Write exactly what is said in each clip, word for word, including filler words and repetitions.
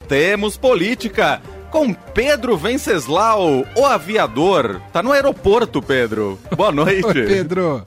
Temos política com Pedro Venceslau, o aviador. Tá no aeroporto, Pedro. Boa noite. Oi, Pedro.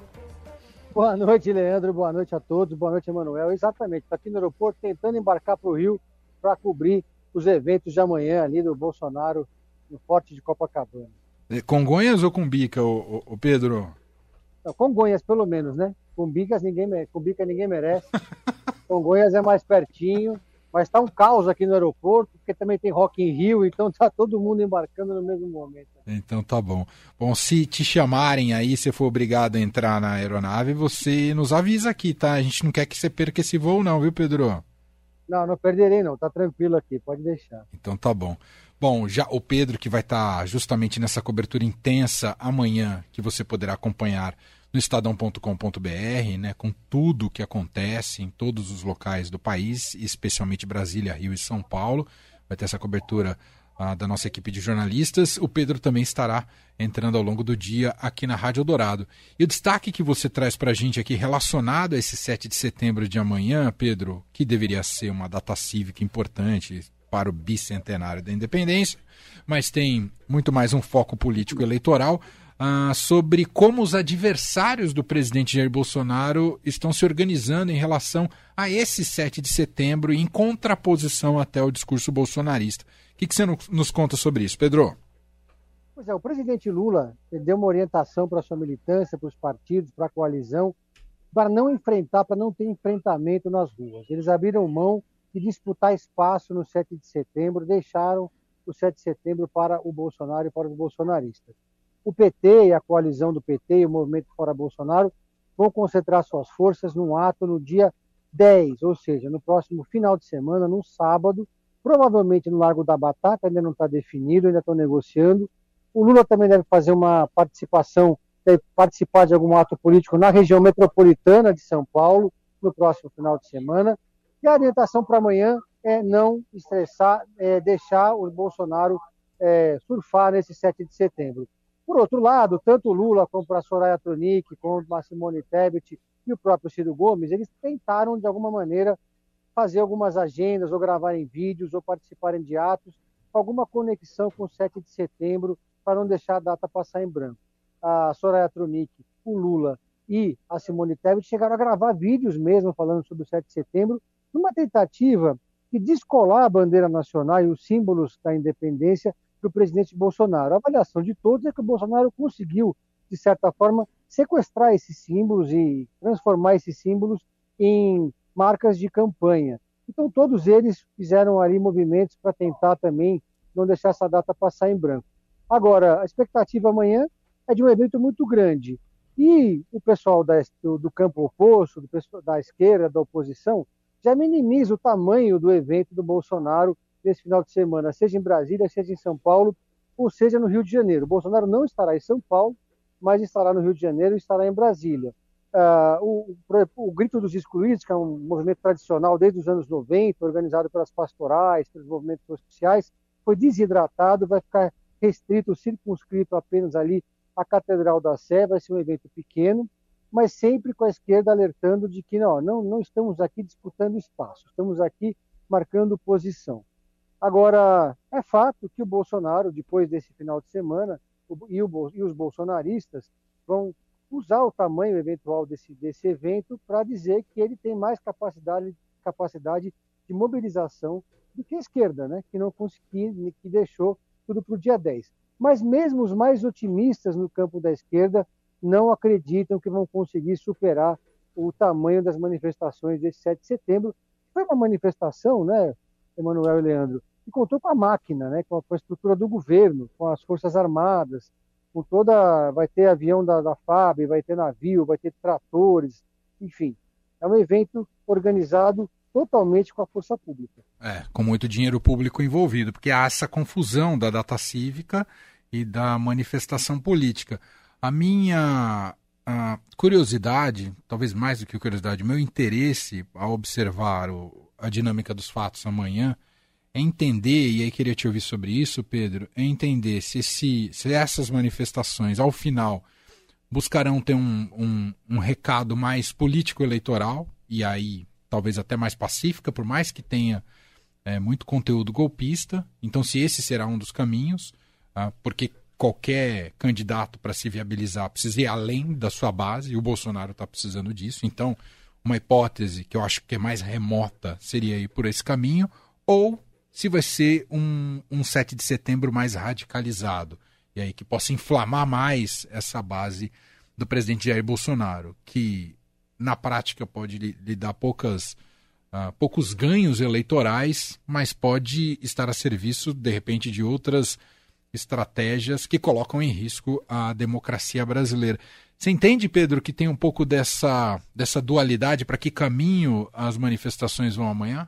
Boa noite, Leandro. Boa noite a todos. Boa noite, Emanuel. Exatamente, está aqui no aeroporto tentando embarcar para o Rio para cobrir os eventos de amanhã ali do Bolsonaro no Forte de Copacabana. Congonhas ou Cumbica, o, o, o Pedro? Não, Congonhas, pelo menos, né? Cumbicas ninguém, Cumbica ninguém merece. Congonhas é mais pertinho. Mas está um caos aqui no aeroporto, porque também tem Rock in Rio, então está todo mundo embarcando no mesmo momento. Então tá bom. Bom, se te chamarem aí, se for obrigado a entrar na aeronave, você nos avisa aqui, tá? A gente não quer que você perca esse voo não, viu, Pedro? Não, não perderei não, tá tranquilo aqui, pode deixar. Então tá bom. Bom, já o Pedro que vai estar tá justamente nessa cobertura intensa amanhã, que você poderá acompanhar no estadão ponto com ponto b r, né, com tudo o que acontece em todos os locais do país, especialmente Brasília, Rio e São Paulo. Vai ter essa cobertura ah, da nossa equipe de jornalistas. O Pedro também estará entrando ao longo do dia aqui na Rádio Eldorado. E o destaque que você traz para a gente aqui relacionado a esse sete de setembro de amanhã, Pedro, que deveria ser uma data cívica importante para o bicentenário da independência, mas tem muito mais um foco político eleitoral, Ah, sobre como os adversários do presidente Jair Bolsonaro estão se organizando em relação a esse sete de setembro, em contraposição até ao discurso bolsonarista. O que, que você nos conta sobre isso, Pedro? Pois é, o presidente Lula deu uma orientação para a sua militância, para os partidos, para a coalizão, para não enfrentar, para não ter enfrentamento nas ruas. Eles abriram mão de disputar espaço no sete de setembro, deixaram o sete de setembro para o Bolsonaro e para os bolsonaristas. O P T e a coalizão do P T e o Movimento Fora Bolsonaro vão concentrar suas forças num ato no dia dez, ou seja, no próximo final de semana, no sábado, provavelmente no Largo da Batata, ainda não está definido, ainda estão negociando. O Lula também deve fazer uma participação, deve participar de algum ato político na região metropolitana de São Paulo, no próximo final de semana. E a orientação para amanhã é não estressar, é deixar o Bolsonaro é, surfar nesse sete de setembro. Por outro lado, tanto o Lula como a Soraya Tronic, como a Simone Tebet e o próprio Ciro Gomes, eles tentaram, de alguma maneira, fazer algumas agendas, ou gravarem vídeos, ou participarem de atos, com alguma conexão com o sete de setembro, para não deixar a data passar em branco. A Soraya Tronic, o Lula e a Simone Tebet chegaram a gravar vídeos mesmo, falando sobre o sete de setembro, numa tentativa de descolar a bandeira nacional e os símbolos da independência do presidente Bolsonaro. A avaliação de todos é que o Bolsonaro conseguiu, de certa forma, sequestrar esses símbolos e transformar esses símbolos em marcas de campanha. Então, todos eles fizeram ali movimentos para tentar também não deixar essa data passar em branco. Agora, a expectativa amanhã é de um evento muito grande. E o pessoal da, do, do campo oposto, do pessoal da esquerda, da oposição, já minimiza o tamanho do evento do Bolsonaro nesse final de semana, seja em Brasília, seja em São Paulo, ou seja no Rio de Janeiro. O Bolsonaro não estará em São Paulo, mas estará no Rio de Janeiro e estará em Brasília. Uh, o, o, o Grito dos Excluídos, que é um movimento tradicional desde os anos noventa, organizado pelas pastorais, pelos movimentos sociais, foi desidratado, vai ficar restrito, circunscrito apenas ali à Catedral da Sé, vai ser um evento pequeno, mas sempre com a esquerda alertando de que não, não, não estamos aqui disputando espaço, estamos aqui marcando posição. Agora, é fato que o Bolsonaro, depois desse final de semana, e, o, e os bolsonaristas vão usar o tamanho eventual desse, desse evento para dizer que ele tem mais capacidade, capacidade de mobilização do que a esquerda, né? Que não conseguiu, que deixou tudo para o dia dez. Mas mesmo os mais otimistas no campo da esquerda não acreditam que vão conseguir superar o tamanho das manifestações desse sete de setembro. Foi uma manifestação, né, Emanuel e Leandro, que contou com a máquina, né, com a estrutura do governo, com as Forças Armadas, com toda... vai ter avião da, da F A B, vai ter navio, vai ter tratores, enfim. É um evento organizado totalmente com a força pública. É, com muito dinheiro público envolvido, porque há essa confusão da data cívica e da manifestação política. A minha a curiosidade, talvez mais do que curiosidade, meu interesse ao observar o, a dinâmica dos fatos amanhã é entender, e aí queria te ouvir sobre isso, Pedro, é entender se, esse, se essas manifestações, ao final, buscarão ter um, um, um recado mais político-eleitoral, e aí talvez até mais pacífica, por mais que tenha é, muito conteúdo golpista. Então, se esse será um dos caminhos, ah, porque qualquer candidato para se viabilizar precisa ir além da sua base, e o Bolsonaro está precisando disso. Então, uma hipótese que eu acho que é mais remota seria ir por esse caminho, ou se vai ser um, um sete de setembro mais radicalizado, e aí que possa inflamar mais essa base do presidente Jair Bolsonaro, que na prática pode lhe, lhe dar poucas, uh, poucos ganhos eleitorais, mas pode estar a serviço, de repente, de outras estratégias que colocam em risco a democracia brasileira. Você entende, Pedro, que tem um pouco dessa, dessa dualidade? Para que caminho as manifestações vão amanhã?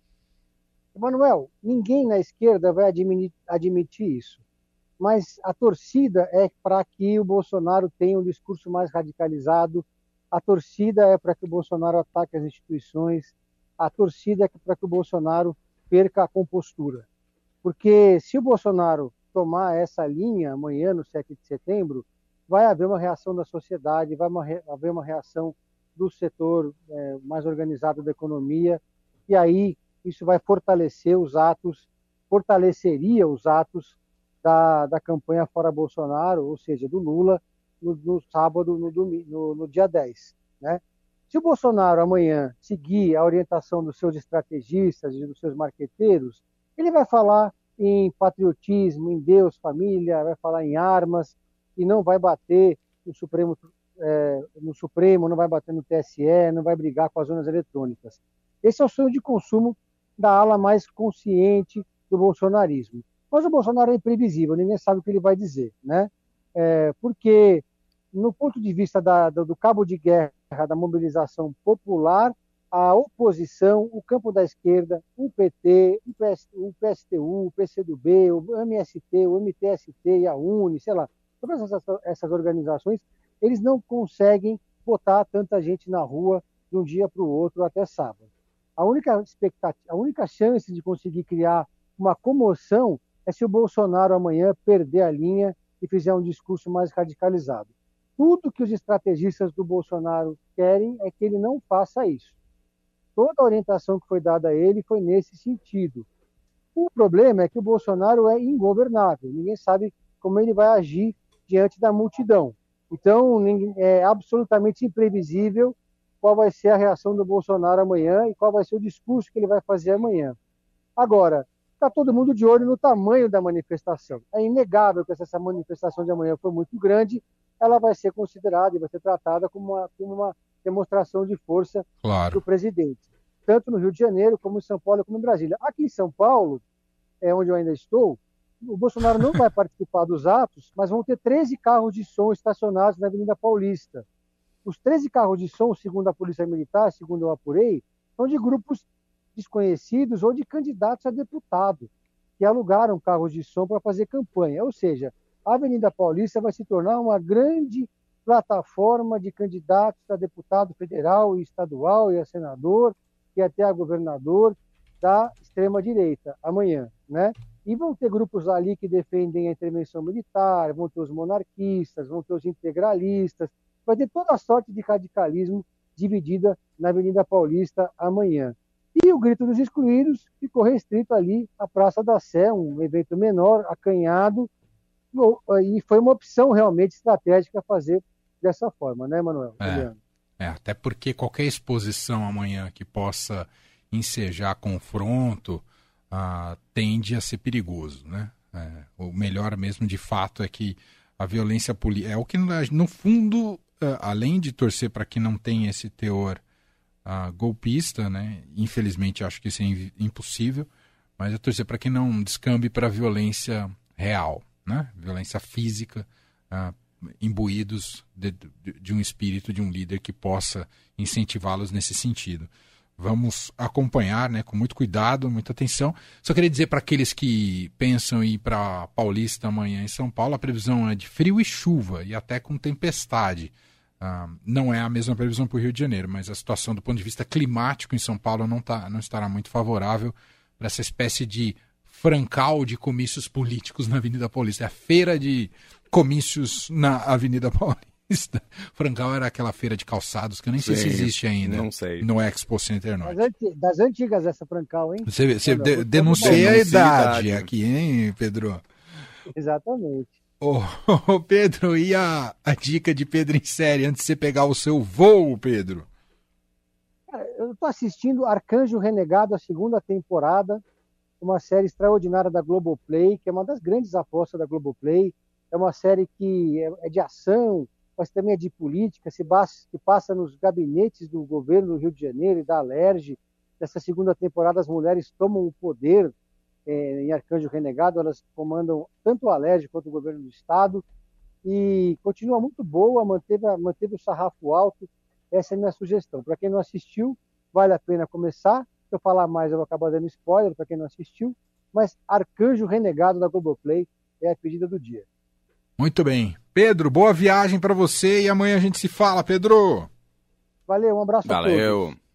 Manuel, ninguém na esquerda vai admitir, admitir isso. Mas a torcida é para que o Bolsonaro tenha um discurso mais radicalizado, a torcida é para que o Bolsonaro ataque as instituições, a torcida é para que o Bolsonaro perca a compostura. Porque se o Bolsonaro tomar essa linha amanhã, no sete de setembro, vai haver uma reação da sociedade, vai haver uma reação do setor é, mais organizado da economia, e aí isso vai fortalecer os atos, fortaleceria os atos da, da campanha Fora Bolsonaro, ou seja, do Lula, no, no sábado, no, no, no dia dez. Né? Se o Bolsonaro amanhã seguir a orientação dos seus estrategistas e dos seus marqueteiros, ele vai falar em patriotismo, em Deus, família, vai falar em armas, e não vai bater no Supremo, é, no Supremo, não vai bater no T S E, não vai brigar com as urnas eletrônicas. Esse é o sonho de consumo da ala mais consciente do bolsonarismo. Mas o Bolsonaro é imprevisível, ninguém sabe o que ele vai dizer, né? É, porque, no ponto de vista da, do cabo de guerra, da mobilização popular, a oposição, o campo da esquerda, o P T, o, PS, o P S T U, o P C do B, o M S T, o M T S T e a U N E, sei lá, todas essas, essas organizações, eles não conseguem botar tanta gente na rua de um dia para o outro até sábado. A única expectativa, a única chance de conseguir criar uma comoção é se o Bolsonaro amanhã perder a linha e fizer um discurso mais radicalizado. Tudo que os estrategistas do Bolsonaro querem é que ele não faça isso. Toda a orientação que foi dada a ele foi nesse sentido. O problema é que o Bolsonaro é ingovernável, ninguém sabe como ele vai agir diante da multidão. Então, é absolutamente imprevisível qual vai ser a reação do Bolsonaro amanhã e qual vai ser o discurso que ele vai fazer amanhã. Agora, está todo mundo de olho no tamanho da manifestação. É inegável que essa manifestação de amanhã foi muito grande, ela vai ser considerada e vai ser tratada como uma, como uma demonstração de força claro. do presidente, tanto no Rio de Janeiro, como em São Paulo, como em Brasília. Aqui em São Paulo, é onde eu ainda estou, o Bolsonaro não vai participar dos atos, mas vão ter treze carros de som estacionados na Avenida Paulista. Os treze carros de som, segundo a Polícia Militar, segundo eu apurei, são de grupos desconhecidos ou de candidatos a deputado, que alugaram carros de som para fazer campanha. Ou seja, a Avenida Paulista vai se tornar uma grande plataforma de candidatos a deputado federal e estadual e a senador e até a governador da extrema-direita amanhã, né? E vão ter grupos ali que defendem a intervenção militar, vão ter os monarquistas, vão ter os integralistas, vai ter toda a sorte de radicalismo dividida na Avenida Paulista amanhã. E o Grito dos Excluídos ficou restrito ali à Praça da Sé, um evento menor, acanhado, e foi uma opção realmente estratégica fazer dessa forma, né, Manuel? É, é, até porque qualquer exposição amanhã que possa ensejar confronto ah, tende a ser perigoso, né? É, o melhor mesmo, de fato, é que a violência política... É o que, no fundo, além de torcer para que não tenha esse teor uh, golpista, né? Infelizmente acho que isso é impossível, mas é torcer para que não descambe para a violência real, né? Violência física, uh, imbuídos de, de, de um espírito de um líder que possa incentivá-los nesse sentido. Vamos acompanhar, né, com muito cuidado, muita atenção. Só queria dizer para aqueles que pensam em ir para Paulista amanhã em São Paulo, a previsão é de frio e chuva, e até com tempestade. Uh, não é a mesma previsão para o Rio de Janeiro, mas a situação do ponto de vista climático em São Paulo não, tá, não estará muito favorável para essa espécie de francal de comícios políticos na Avenida Paulista. É a feira de comícios na Avenida Paulista. Francal era aquela feira de calçados que eu nem Sim, sei se existe ainda. Não sei. No Expo Center Norte. Das, anti- das antigas essa Francal, hein? Você, você Não, de, não, denuncia a Denuncia idade idade. aqui, hein, Pedro? Exatamente. Ô, ô, Pedro, e a, a dica de Pedro em série antes de você pegar o seu voo, Pedro? Cara, eu tô assistindo Arcanjo Renegado, a segunda temporada, uma série extraordinária da Globoplay, que é uma das grandes apostas da Globoplay. É uma série que é, é de ação, mas também é de política, se, bas- se passa nos gabinetes do governo do Rio de Janeiro e da Alerj. Nessa segunda temporada, as mulheres tomam o poder é, em Arcanjo Renegado, elas comandam tanto o Alerj quanto o governo do Estado, e continua muito boa, manteve, a- manteve o sarrafo alto. Essa é a minha sugestão. Para quem não assistiu, vale a pena começar. Se eu falar mais, eu vou acabar dando spoiler para quem não assistiu, mas Arcanjo Renegado da Globoplay é a pedida do dia. Muito bem. Pedro, boa viagem para você e amanhã a gente se fala, Pedro. Valeu, um abraço a todos. Valeu.